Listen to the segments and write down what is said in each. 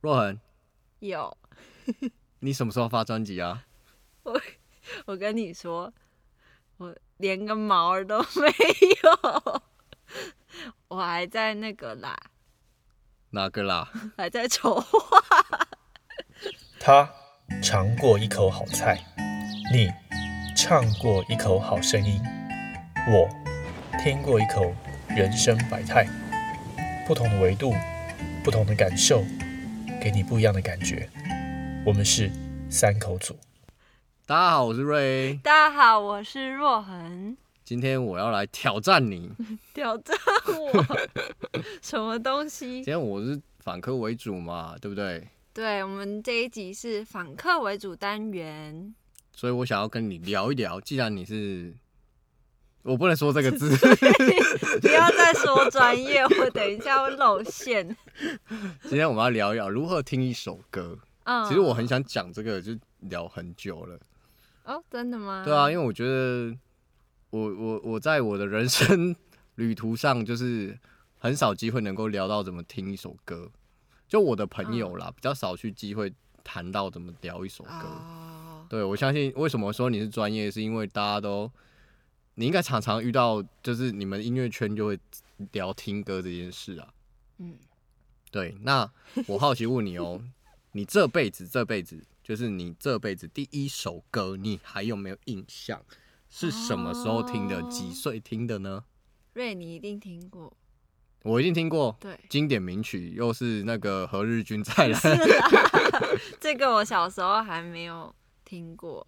若恒， 有， 你什么时候发专辑啊？ 我跟你说，我连个毛儿都没有，我还在那个啦， 哪个啦？ 还在筹划。 他尝过一口好菜，你唱过一口好声音，我听过一口人生百态。不同的维度，不同的感受，给你不一样的感觉。我们是三口组。 大家好，我是瑞。 大家好，我是若恒。 今天我要来挑战你。 挑战我什么东西今？天我是反客为主嘛，对不对？ 对，我们这一集是反客为主单元。 所以我想要跟你聊一聊。既然你是，我不能说这个字， 不要再说专业，我等一下会露馅。 今天我们要聊一聊如何听一首歌。其实我很想讲这个，就聊很久了。 哦，真的吗？ 对啊，因为我觉得我在我的人生旅途上，就是很少机会能够聊到怎么听一首歌。就我的朋友啦，比较少去机会谈到怎么聊一首歌。对，我相信为什么说你是专业，是因为大家都，你应该常常遇到，就是你们音乐圈就会聊听歌这件事啊。对，那我好奇问你哦，你这辈子就是你这辈子第一首歌，你还有没有印象？是什么时候听的？几岁听的呢？ 瑞，你一定听过。 我一定听过。 对， 经典名曲又是那个何日君再来。 是啦，这个我小时候还没有听过。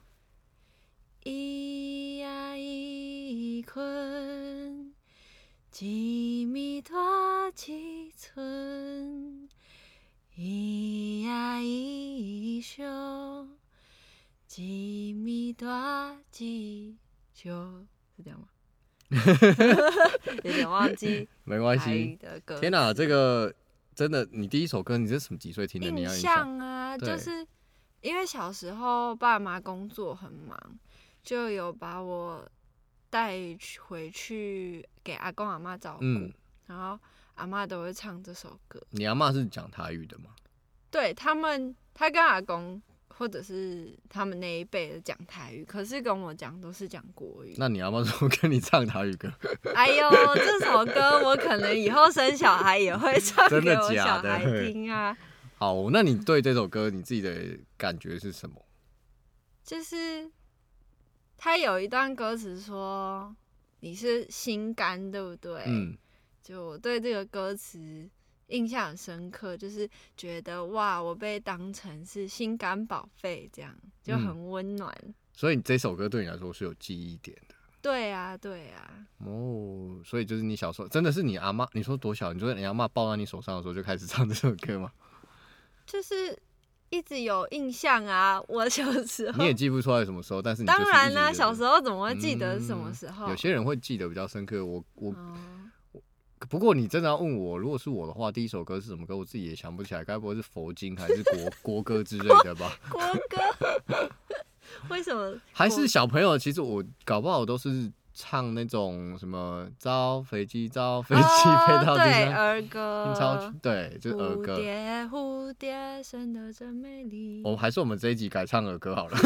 咿呀咿困，一米大几寸，咿呀咿休，一米大几休，是这样吗？有点忘记。 没关系。天哪，这个真的，你第一首歌你是什么几岁听的？你要印印象象啊，就是因为小时候爸妈工作很忙，就有把我带回去给阿公阿嬷照顾，然后阿嬷都会唱这首歌。 你阿嬷是讲台语的吗？ 对，他跟阿公或者是他们那一辈的讲台语，可是跟我讲都是讲国语。 那你阿嬷怎么跟你唱台语歌？ 哎呦，这首歌我可能以后生小孩也会唱给我小孩听啊。 好，那你对这首歌你自己的感觉是什么？ 就是他有一段歌词说你是心肝，对不对？就我对这个歌词印象很深刻，就是觉得哇，我被当成是心肝宝贝，这样就很温暖。 所以这首歌对你来说是有记忆点的。 对啊，对啊。 哦，所以就是你小时候真的是你阿嬷，你说多小？你说你阿嬷抱在你手上的时候就开始唱这首歌吗？ 就是一直有印象啊，我小时候你也记不出来什么时候，但是你就是当然啦、啊，小时候怎么会记得是什么时候？ 有些人会记得比较深刻，不过你真的要问我，如果是我的话，第一首歌是什么歌，我自己也想不起来，该不会是佛经还是国歌之类的吧？ 国歌？为什么？ 还是小朋友？其实我搞不好都是唱那种什么招飞机飞到地上， 对，儿歌， 对，就是儿歌。 蝴蝶生得真美丽。 还是我们这一集改唱儿歌好了。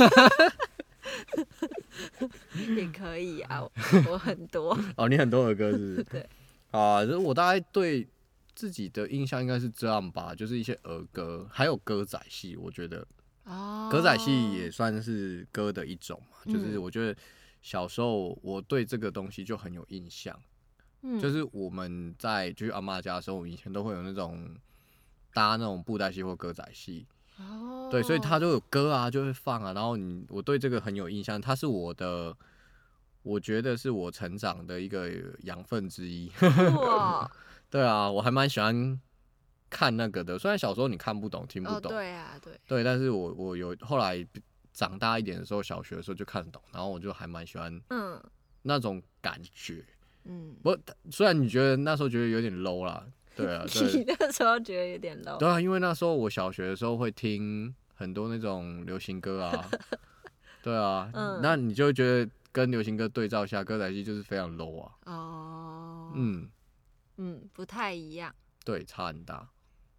也可以啊，我很多。 哦，你很多儿歌是不是？ 对。 就是我大概对自己的印象应该是这样吧，就是一些儿歌，还有歌仔戏，我觉得。歌仔戏也算是歌的一种嘛，就是我觉得小时候我对这个东西就很有印象，就是我们在就是阿嬷家的时候，以前都会有那种搭那种布袋戏或歌仔戏，对，所以它就有歌啊，就会放啊，然后我对这个很有印象，它是我觉得是我成长的一个养分之一。 哇， 对啊，我还蛮喜欢看那个的，虽然小时候你看不懂、听不懂， 对啊， 对，但是我有后来长大一点的时候，小学的时候就看得懂，然后我就还蛮喜欢那种感觉。不过虽然你觉得那时候觉得有点 low 啦，对啊， 你那时候觉得有点 low， 对啊，因为那时候我小学的时候会听很多那种流行歌啊，对啊，那你就会觉得跟流行歌对照下，歌仔戏就是非常 low 啊。 不太一样。 对，差很大。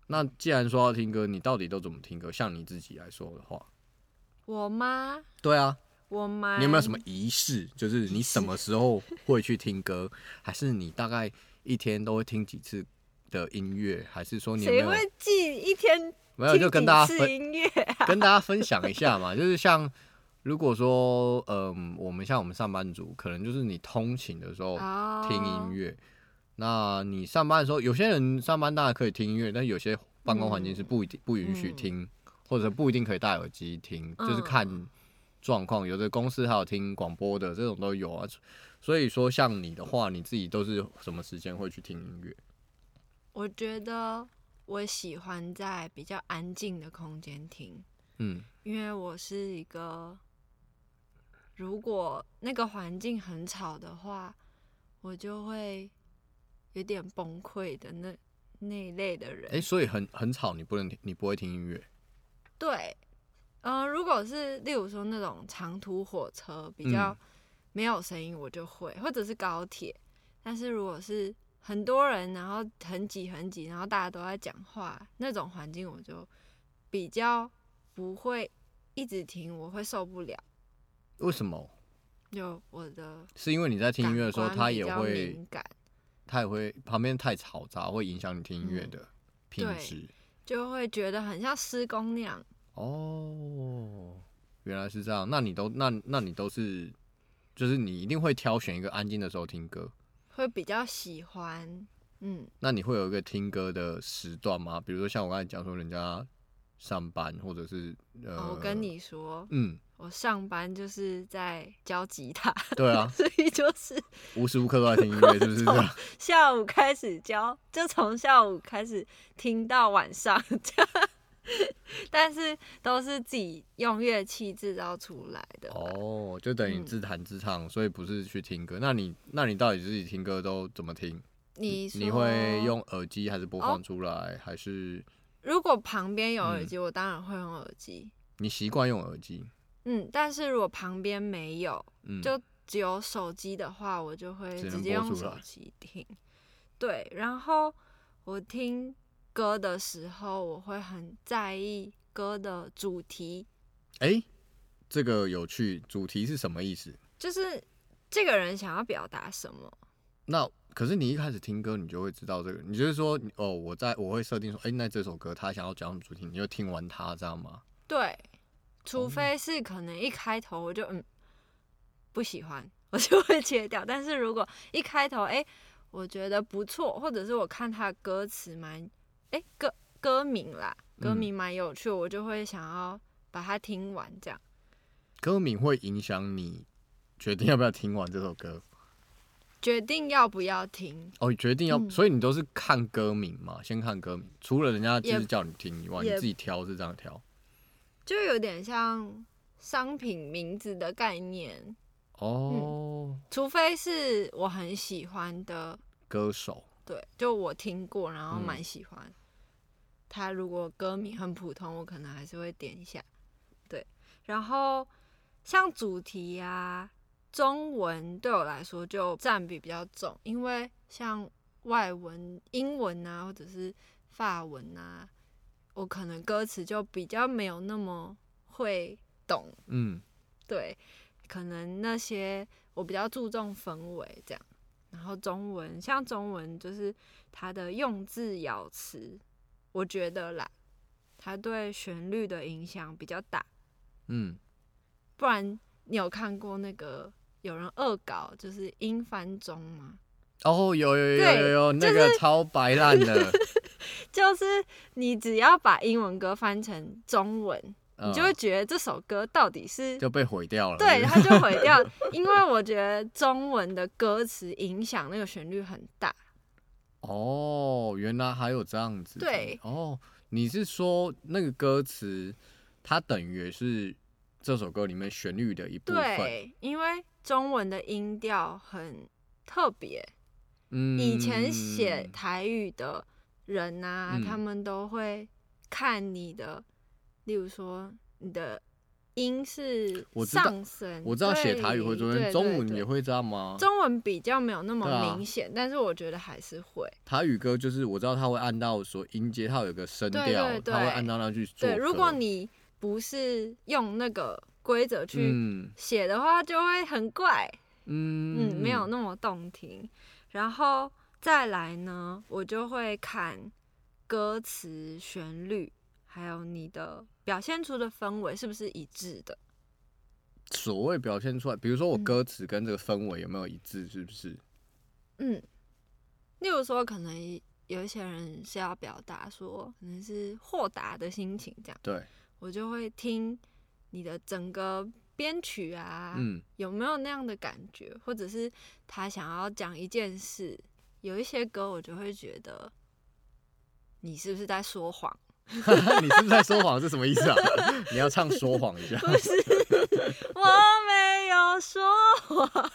那既然说要听歌，你到底都怎么听歌？像你自己来说的话， 我吗？ 对啊， 你你有没有什么仪式？就是你什么时候会去听歌，还是你大概一天都会听几次的音乐，还是说你有没有？ 谁会记一天没有就跟大家音乐啊？ 跟大家分享一下嘛，就是像如果说我们上班族，可能就是你通勤的时候听音乐。那你上班的时候，有些人上班当然可以听音乐，但有些办公环境是不允许听，或者不一定可以戴耳机听，就是看状况。有的公司还有听广播的，这种都有啊。所以说，像你的话，你自己都是什么时间会去听音乐？ 我觉得我喜欢在比较安静的空间听，因为我是一个，如果那个环境很吵的话，我就会有点崩溃的那一类的人。 所以很吵，你不会听音乐？ 对，如果是例如说那种长途火车比较没有声音，我就会，或者是高铁。但是如果是很多人，然后很挤很挤，然后大家都在讲话那种环境，我就比较不会一直听，我会受不了。 为什么？ 就我的是因为你在听音乐的时候，它也会旁边太嘈杂，会影响你听音乐的品质， 就会觉得很像施工那样。 哦，原来是这样。那你都是，就是你一定会挑选一个安静的时候听歌， 会比较喜欢。 那你会有一个听歌的时段吗？比如说像我刚才讲说，人家上班或者是我跟你说，我上班就是在教吉他， 对啊， 所以就是无时无刻都在听音乐，是不是这样？ 下午开始教，就从下午开始听到晚上，这样。但是都是自己用乐器制造出来的。 哦，就等于自弹自唱，所以不是去听歌。那你到底自己听歌都怎么听？你会用耳机还是播放出来，还是？ 如果旁边有耳机，我当然会用耳机。 你习惯用耳机？ 但是如果旁边没有，就只有手机的话，我就会直接用手机听。对，然后我听歌的时候，我会很在意歌的主题。 这个有趣，主题是什么意思？ 就是这个人想要表达什么。 那可是你一开始听歌，你就会知道这个，你就是说，我会设定说，那这首歌他想要讲什么主题，你就听完它，这样吗？ 对，除非是可能一开头我就不喜欢，我就会切掉。但是如果一开头我觉得不错，或者是我看他的歌词歌名啦，歌名蛮有趣，我就会想要把它听完。这样， 歌名会影响你决定要不要听完这首歌？ 决定要不要听决定要，所以你都是看歌名嘛？先看歌名，除了人家就是叫你听以外，你自己挑是这样挑？ 就有点像商品名字的概念除非是我很喜欢的歌手， 对，就我听过，然后蛮喜欢。他如果歌名很普通，我可能还是会点一下。对，然后像主题啊，中文对我来说就占比比较重，因为像外文、英文啊，或者是法文啊，我可能歌词就比较没有那么会懂。对，可能那些我比较注重氛围这样。然后中文就是它的用字咬词，我觉得啦，它对旋律的影响比较大。不然你有看过那个有人恶搞，就是英翻中吗？ 有，那个超白烂的。 就是你只要把英文歌翻成中文，你就会觉得这首歌到底是就被毁掉了。 对，它就毁掉，因为我觉得中文的歌词影响那个旋律很大。 原来还有这样子。 对， 你是说那个歌词，它等于也是这首歌里面旋律的一部分？ 对，因为中文的音调很特别。以前写台语的人啊，他们都会看你的，例如说你的音是上升。 我知道写台语会这样，中文也会这样吗？ 中文比较没有那么明显，但是我觉得还是会。 台语歌就是我知道它会按到说音阶，它有一个声调，它会按到那去做。 对，如果你不是用那个规则去写的话，就会很怪。没有那么动听。然后再来呢，我就会看歌词、旋律，还有你的表现出的氛围是不是一致的。 所谓表现出来，比如说我歌词跟这个氛围有没有一致，是不是？ 例如说，可能有一些人是要表达说，可能是豁达的心情这样。 对， 我就会听你的整个编曲啊，有没有那样的感觉，或者是他想要讲一件事，有一些歌我就会觉得你是不是在说谎？ 你是不是在说谎？是什么意思啊？你要唱说谎一下。 不是，我没有说谎。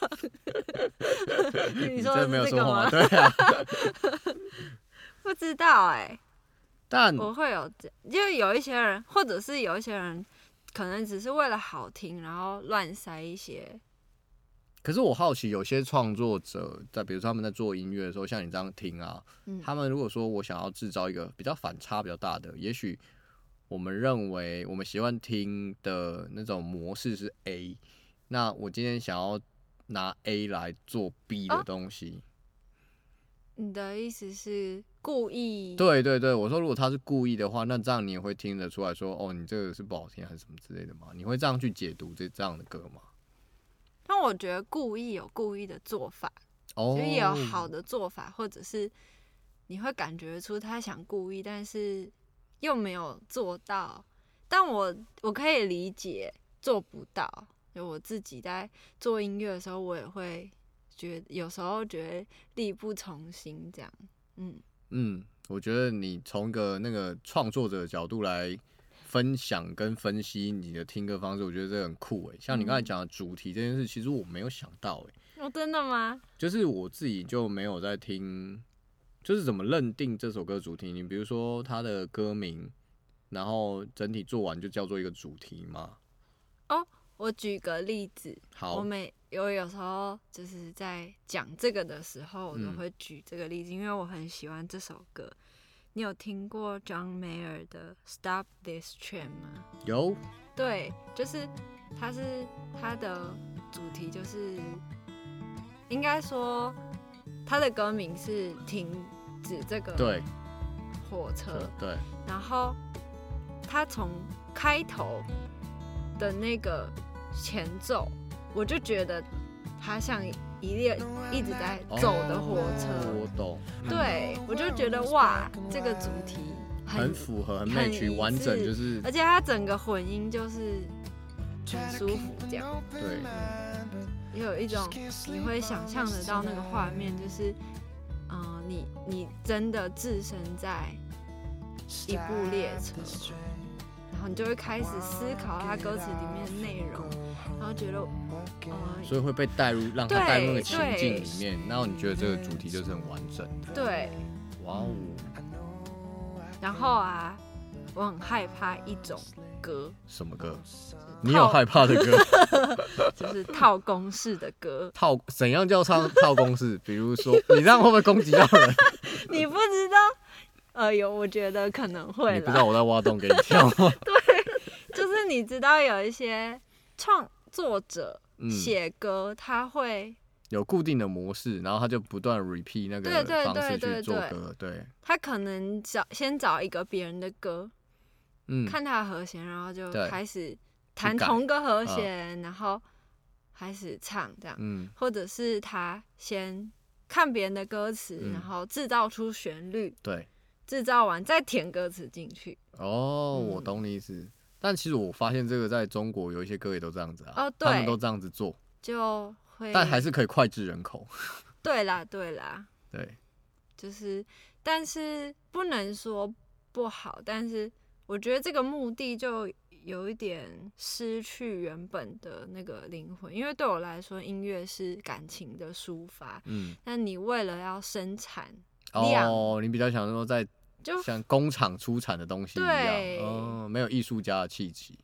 你说的是这个吗？ 对啊。 不知道但我会有，就有一些人，或者是有一些人，可能只是为了好听，然后乱塞一些。 可是我好奇，有些创作者在，比如说他们在做音乐的时候，像你这样听啊，他们如果说我想要制造一个比较反差比较大的，也许我们认为我们喜欢听的那种模式是 A， 那我今天想要拿 A 来做 B 的东西。 你的意思是故意？ 对对对，我说如果他是故意的话，那这样你也会听得出来说，哦，你这个是不好听还是什么之类的吗？你会这样去解读这样的歌吗？ 但我觉得故意有故意的做法，就是也有好的做法，或者是你会感觉出他想故意，但是又没有做到。但我可以理解做不到，就我自己在做音乐的时候，我也会觉得有时候觉得力不从心这样。 我觉得你从一个那个创作者的角度来分享跟分析你的听歌方式，我觉得这很酷像你刚才讲的主题这件事，其实我没有想到真的吗？ 就是我自己就没有在听，就是怎么认定这首歌的主题。你比如说它的歌名，然后整体做完就叫做一个主题吗？ 我举个例子。 好， 我有时候就是在讲这个的时候，我都会举这个例子，因为我很喜欢这首歌。你有听过 John Mayer 的 Stop This Train 吗？ 有。 对，就是他的主题就是应该说他的歌名是停止这个火车。 对。 然后他从开头的那个前奏，我就觉得他像一列一直在走的火车。 我懂。 对，我就觉得哇，这个主题很符合，很 match， 完整，就是， 而且它整个混音就是很舒服，这样。 对。 也有一种你会想象得到那个画面，就是，你真的置身在一部列车，然后你就会开始思考它歌词里面的内容，然后觉得， 所以会被带入，让它带入那个情境里面，然后你觉得这个主题就是很完整。 对。 哇哦。 然后我很害怕一种歌。 什么歌？你有害怕的歌？ 就是套公式的歌。 怎样叫套公式？比如说，你这样会不会攻击到人？ 你不知道？我觉得可能会。 你不知道我在挖洞给你跳吗？ 对，就是你知道有一些创作者写歌，他会有固定的模式，然后他就不断 repeat 那个方式去做歌。对， 他可能先找一个别人的歌，看他的和弦，然后就开始弹同个和弦，然后开始唱这样。或者是他先看别人的歌词，然后制造出旋律， 对， 制造完再填歌词进去。 我懂你意思。但其实我发现这个在中国有一些歌也都这样子他们都这样子做， 就会， 但还是可以脍炙人口。 对啦， 对， 就是，但是不能说不好，但是我觉得这个目的就有一点失去原本的那个灵魂，因为对我来说，音乐是感情的抒发。但你为了要生产你比较想说在就像工厂出产的东西一样，没有艺术家的气息。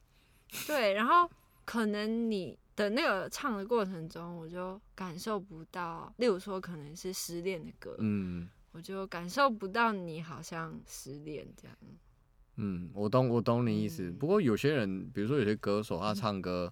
对，然后可能你的那个唱的过程中，我就感受不到，例如说可能是失恋的歌，我就感受不到你好像失恋这样。 我懂你意思。不过有些人，比如说有些歌手，他唱歌，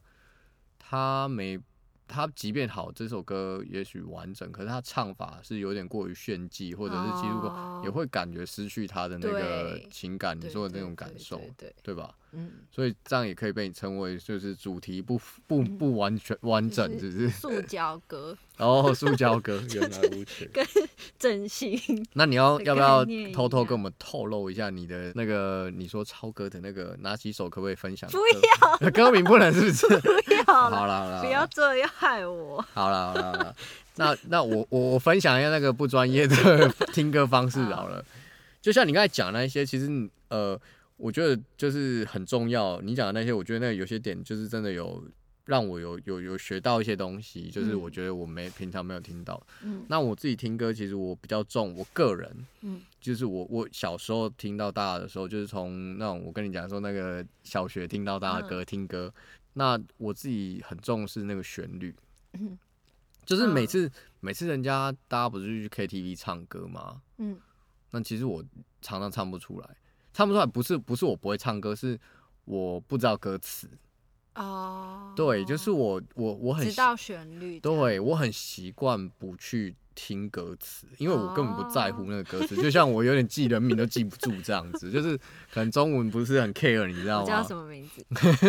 他即便好，这首歌也许完整，可是他唱法是有点过于炫技，或者是记录过，也会感觉失去他的那个情感，你说的那种感受，对吧？所以这样也可以被你称为就是主题不完全完整，只是塑胶歌。 塑胶歌，原来如此。 跟真心。 那你要不要偷偷跟我们透露一下你的那个你说抄歌的那个哪几首，可不可以分享？ 不要， 歌名不能是不是？ 不要， 好啦， 不要这样害我。 好啦，那我分享一下那个不专业的听歌方式好了。就像你刚才讲的那一些，其实我觉得就是很重要。你讲的那些，我觉得那有些点就是真的有让我有学到一些东西，就是我觉得我平常没有听到。那我自己听歌，其实我比较重我个人，就是我小时候听到大的时候，就是从那种我跟你讲说那个小学听到大的歌，听歌。那我自己很重视那个旋律，就是每次人家大家不是去 KTV 唱歌吗？那其实我常常唱不出来，不是我不会唱歌，是我不知道歌词。对，就是我很知道旋律， 对，我很习惯不去听歌词，因为我根本不在乎那个歌词，就像我有点记人名都记不住这样子，就是可能中文不是很 care， 你知道吗？ 我叫什么名字？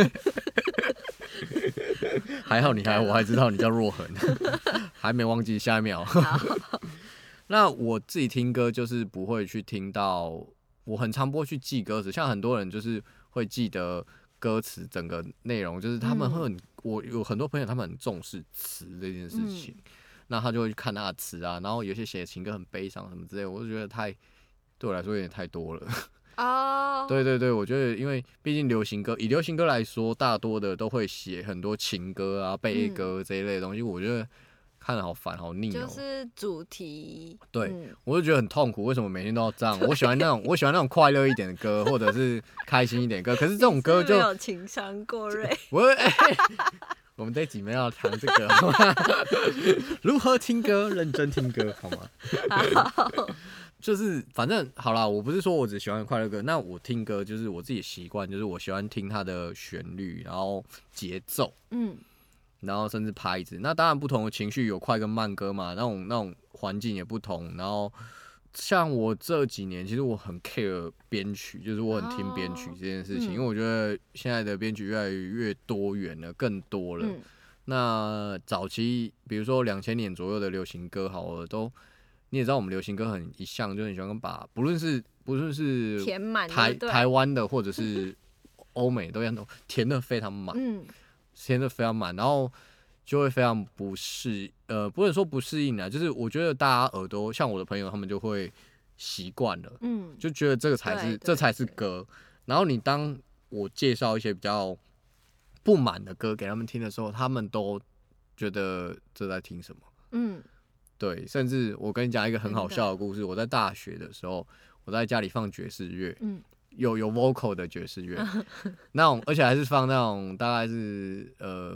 还好我还知道你叫若恒，还没忘记下一秒。那我自己听歌就是不会去听到，我很常不会去记歌词，像很多人就是会记得歌词整个内容，就是他们会我有很多朋友他们很重视词这件事情，那他就会去看他的词啊，然后有些写的情歌很悲伤什么之类的，我就觉得对我来说有点太多了。对，我觉得因为毕竟以流行歌来说，大多的都会写很多情歌啊、悲歌这一类的东西，我觉得看得好烦好腻就是主题。 对，我就觉得很痛苦，为什么每天都要这样？我喜欢那种快乐一点的歌，或者是开心一点的歌。可是这种歌就没有情商过瑞。 我们这一集没有要谈这个，如何听歌，认真听歌，好吗？好。就是反正好啦，我不是说我只喜欢快乐歌，那我听歌就是我自己习惯，就是我喜欢听它的旋律，然后节奏，然后甚至拍子。那当然不同的情绪有快跟慢歌嘛，那种环境也不同。然后像我这几年，其实我很 care 编曲，就是我很听编曲这件事情，因为我觉得现在的编曲越来越多元了，更多了。那早期比如说2000年左右的流行歌，好了都。你也知道我们流行歌很一向就很喜欢把不论是填满台湾的或者是欧美都一样，填的非常满，填的非常满，然后就会非常不能说不适应啦，就是我觉得大家耳朵像我的朋友他们就会习惯了，就觉得这才是歌。然后你当我介绍一些比较不满的歌给他们听的时候，他们都觉得这在听什么，对，甚至我跟你讲一个很好笑的故事。我在大学的时候，我在家里放爵士乐，有 vocal 的爵士乐，那种而且还是放那种大概是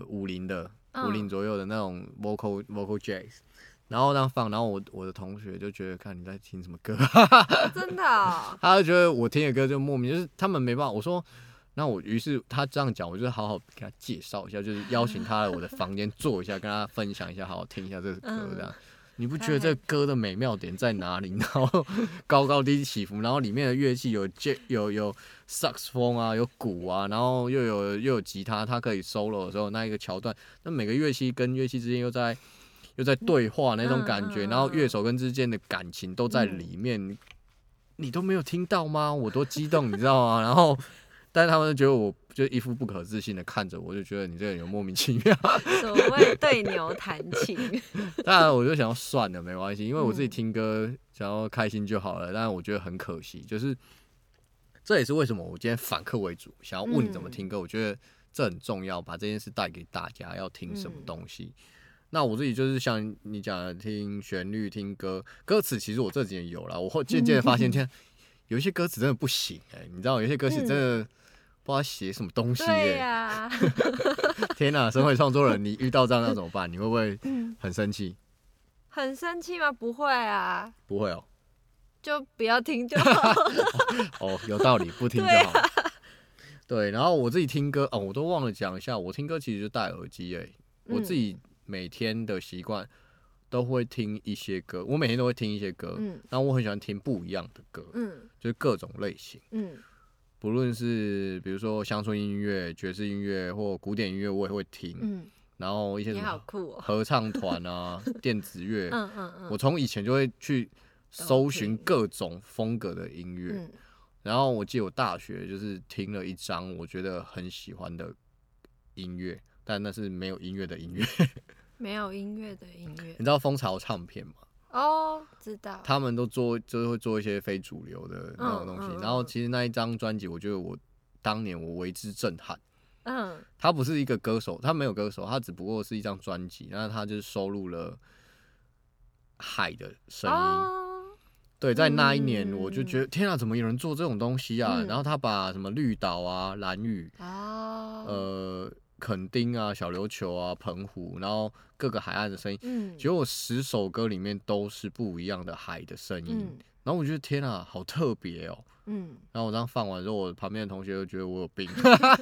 50左右的那种 vocal jazz， 然后这样放，然后我的同学就觉得看你在听什么歌， 真的， 他就觉得我听的歌就莫名就是他们没办法。我说，那于是他这样讲，我就好好给他介绍一下，就是邀请他来我的房间坐一下，跟他分享一下，好好听一下这个歌这样。你不觉得这个歌的美妙点在哪里？然后高高低低起伏，然后里面的乐器有萨克斯风啊，有鼓啊，然后又有吉他，它可以 solo 的时候那一个桥段，那每个乐器跟乐器之间又在对话那种感觉，然后乐手跟之间的感情都在里面，你都没有听到吗？我多激动，你知道吗？然后，但是他们就觉得我就一副不可置信的看着我，就觉得你这个人有莫名其妙。 所谓对牛弹琴。 当然，我就想要算了，没关系，因为我自己听歌想要开心就好了。但是我觉得很可惜，就是这也是为什么我今天反客为主，想要问你怎么听歌。我觉得这很重要，把这件事带给大家，要听什么东西。那我自己就是像你讲的，听旋律、听歌词，其实我这几年有了，我渐渐的发现，有一些歌词真的不行你知道，有些歌词真的不知道写什么东西对呀、 天哪，身为创作人，你遇到这样要怎么办？你会不会很生气？ 很生气吗？不会啊， 不会哦， 就不要听就好。 哦，有道理，不听就好。对，然后我自己听歌哦，我都忘了讲一下，我听歌其实就戴耳机我自己每天的习惯都会听一些歌，我每天都会听一些歌，然后我很喜欢听不一样的歌，就是各种类型，不论是比如说乡村音乐、爵士音乐或古典音乐，我也会听，然后一些什么合唱团啊、电子乐，我从以前就会去搜寻各种风格的音乐。然后我记得我大学就是听了一张我觉得很喜欢的音乐，但那是没有音乐的音乐。 没有音乐的音乐。 你知道蜂巢唱片吗？ 哦，知道。 他们都就是会做一些非主流的那种东西。然后其实那一张专辑，我觉得当年我为之震撼。他不是一个歌手，他没有歌手，他只不过是一张专辑，然后他就是收录了海的声音。对，在那一年我就觉得天啊，怎么有人做这种东西啊？然后他把什么绿岛啊、兰屿、垦丁啊、小琉球啊、澎湖，然后各个海岸的声音，结果10首歌里面都是不一样的海的声音。然后我觉得天啊，好特别哦。然后我这样放完之后，我旁边的同学就觉得我有病。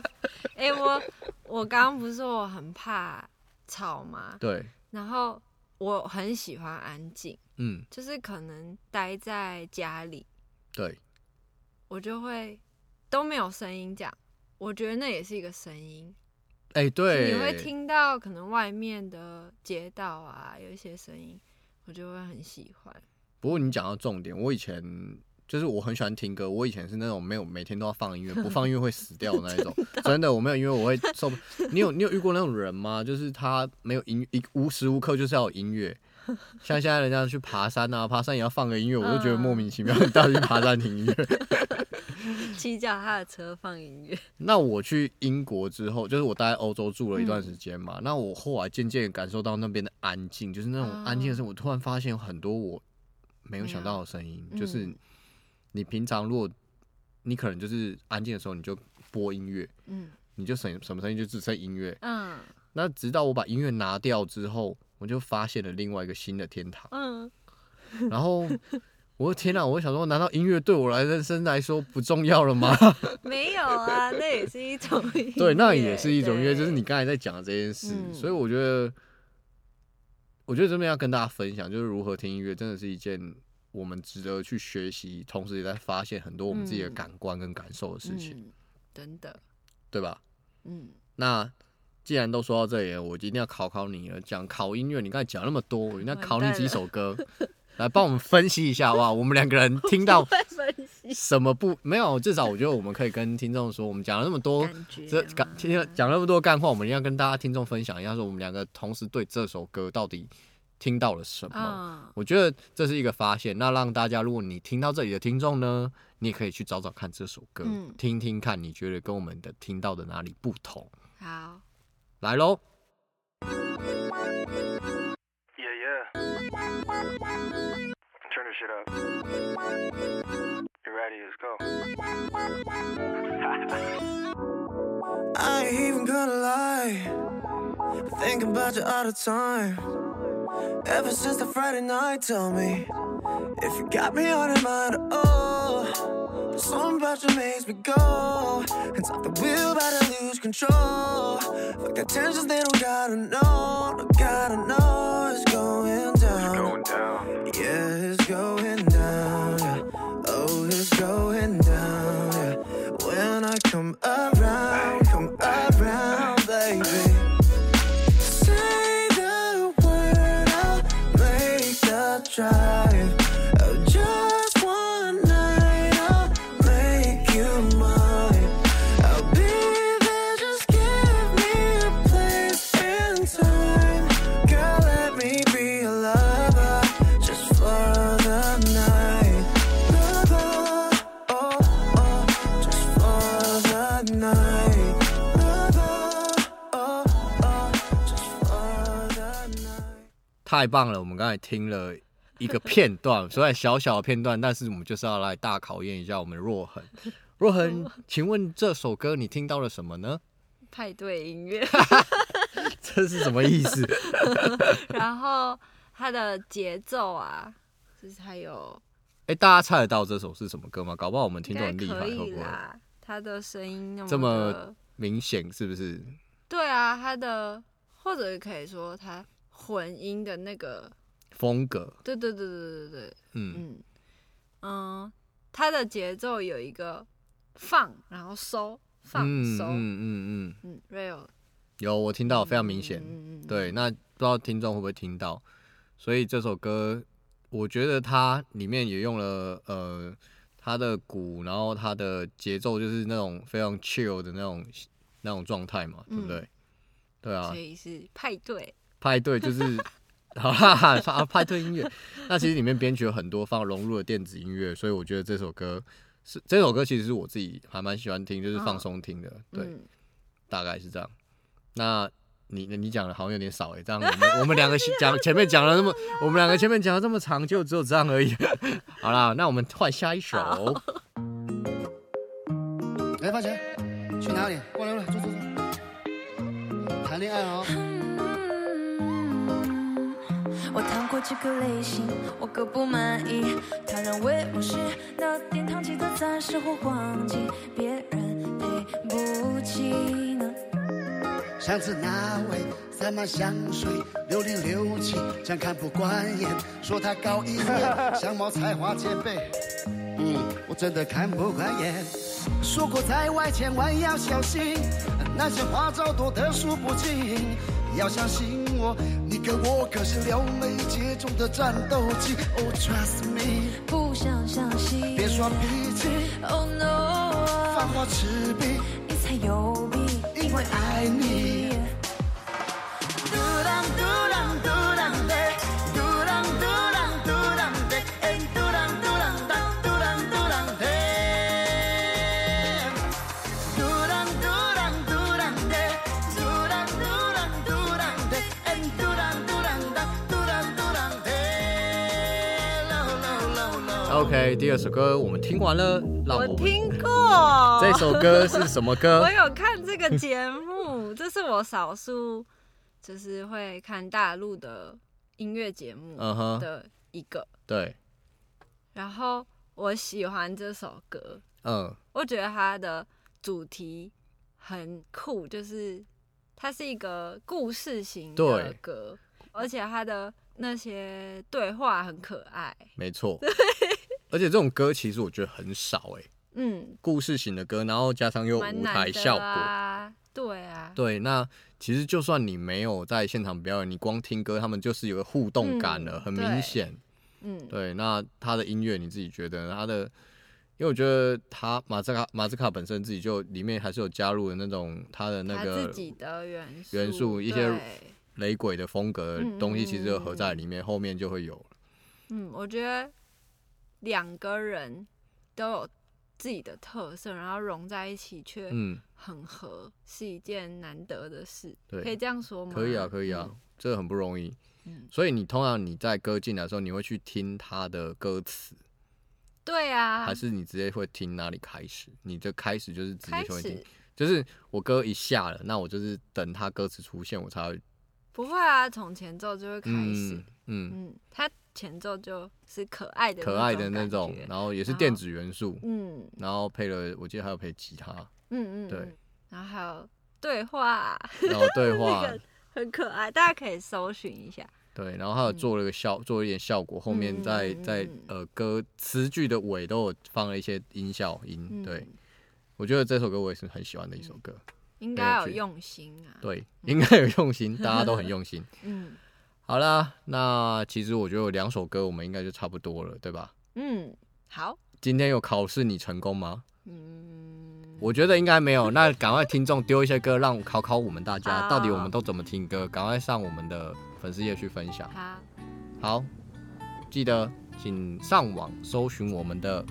我刚刚不是说我很怕吵吗？ 对。 然后我很喜欢安静。就是可能待在家里， 对， 我就会都没有声音讲，我觉得那也是一个声音。 对， 你会听到可能外面的街道啊有一些声音，我就会很喜欢。 不过你讲到重点，我以前就是我很喜欢听歌，我以前是那种没有每天都要放音乐，不放音乐会死掉的那一种。真的，我没有音乐我会受不。你有遇过那种人吗？就是他没有音乐，无时无刻就是要有音乐。像现在人家去爬山啊，爬山也要放个音乐，我就觉得莫名其妙。你到底去爬山听音乐？ 骑脚踏车放音乐。 那我去英国之后，就是我待在欧洲住了一段时间嘛，那我后来渐渐感受到那边的安静，就是那种安静的时候，我突然发现很多我没有想到的声音，就是你平常如果你可能就是安静的时候，你就播音乐，你就什么声音就只剩音乐，那直到我把音乐拿掉之后，我就发现了另外一个新的天堂，然后我的天哪，我想说，难道音乐对我人生来说不重要了吗？ 没有啊，那也是一种音乐。 对，那也是一种音乐，就是你刚才在讲的这件事，所以我觉得这边要跟大家分享，就是如何听音乐，真的是一件我们值得去学习，同时也在发现很多我们自己的感官跟感受的事情， 真的， 对吧？那既然都说到这里了，我一定要考你了。讲考音乐，你刚才讲那么多，我一定要考你几首歌，来帮我们分析一下，哇！我们两个人听到什么没有？至少我觉得我们可以跟听众说，我们讲了那么多，讲那么多干话，我们一定要跟大家听众分享一下，说我们两个同时对这首歌到底听到了什么。我觉得这是一个发现。那让大家，如果你听到这里的听众呢，你也可以去找找看这首歌，听听看，你觉得跟我们的听到的哪里不同？ 好。 来咯 Yeah. Turn this shit up. You ready? Let's go. I ain't even gonna lie. Think about you all the time. Ever since the Friday night, tell me if you got me on your mind. Oh, something about you makes me go. And stop the wheel, about to lose control. Fuck the tensions, they don't gotta know. Don't gotta know it's going down. Yeah, it's going down. Yeah. Oh, it's going down. Yeah. When I come around, baby. Say the word, I'll make the drive. Oh, just one night, I'll make you mine. I'll be there, just give me a place and time. Girl, let me be a lover, just for the night. Lover, oh, oh, just for the night. Lover, oh, oh, just for the night. 太棒了！我们刚才听了一个片段，虽然小小的片段，但是我们就是要来大考验一下我们若恒。 若恒，请问这首歌你听到了什么呢？ 派对音乐， 这是什么意思？ 然后它的节奏啊，就是还有， 大家猜得到这首是什么歌吗？搞不好我们听众应该可很厉害，会不会以啦。它的声音那这么么明显？是不是？ 对啊，它的或者可以说它混音的那个风格， 对，它的节奏有一个放，然后收，放收，real 有我听到非常明显，对，那不知道听众会不会听到？所以这首歌，我觉得它里面也用了它的鼓，然后它的节奏就是那种非常 chill 的那种状态嘛，对不对？对啊， 所以是派对， 派对就是好啦，派对音乐。那其实里面编曲有很多融入了电子音乐，所以我觉得这首歌其实是我自己还蛮喜欢听，就是放松听的，对，大概是这样。那你讲的好像有点少这样我们两个前面讲了那么，我们两个前面讲了这么长，就只有这样而已。好啦，那我们换下一首。 芳姐，去哪里？过来，坐。谈恋爱哦。 我谈过几个类型，我各不满意。他认为我是那殿堂级的钻石或黄金，别人赔不起呢。 上次那位塞满香水6067，讲看不惯眼，说他高一眼，相貌才华兼备。我真的看不惯眼。说过在外千万要小心，那些花招多得数不尽。要相信我，你跟我可是6枚接中的战斗机。Oh trust me， 不想相信， 别耍脾气。 Oh no， 放我赤壁， 你才有病， 因为爱你。 OK， 第二首歌我们听完了， 我听过这首歌是什么歌？ 我有看这个节目，这是我少数就是会看大陆的音乐节目的一个。 对。 然后我喜欢这首歌，我觉得它的主题很酷，就是它是一个故事型的歌，而且它的那些对话很可爱。 没错。而且这种歌其实我觉得很少故事型的歌，然后加上又舞台效果， 对啊， 对，那其实就算你没有在现场表演，你光听歌，他们就是有个互动感了，很明显，对，那他的音乐你自己觉得他的，因为我觉得他马兹卡本身自己就里面还是有加入的那种他的那个他自己的元素一些雷鬼的风格的东西，其实就合在里面，后面就会有了。 我觉得2个人都有自己的特色，然后融在一起却很合，是一件难得的事。可以这样说吗？ 可以啊，这很不容易。所以通常你在歌进来的时候，你会去听他的歌词。 对啊。还是你直接会听哪里开始？你的开始就是直接就会听，就是我歌一下了，那我就是等他歌词出现我才会。 不会啊，从前奏就会开始。他前奏就是可爱的那种， 然后也是电子元素，然后配了，我记得还有配吉他，对， 然后还有对话，很可爱，大家可以搜寻一下。 对，然后还有做了一点效果，后面在歌词句的尾都有放了一些音效音，对，我觉得这首歌我也是很喜欢的一首歌， 应该有用心啊， 对，应该有用心，大家都很用心，好啦，那其实我觉得有2首歌，我们应该就差不多了，对吧？ 好。 今天有考试你成功吗？我觉得应该没有。那赶快听众丢一些歌，让考我们大家，到底我们都怎么听歌？赶快上我们的粉丝页去分享。好，记得请上网搜寻我们的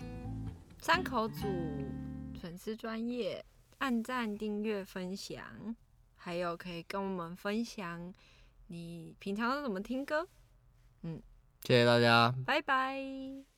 3口组粉丝专页，按赞、订阅、分享，还有可以跟我们分享。你平常都怎么听歌？ 谢谢大家， 拜拜。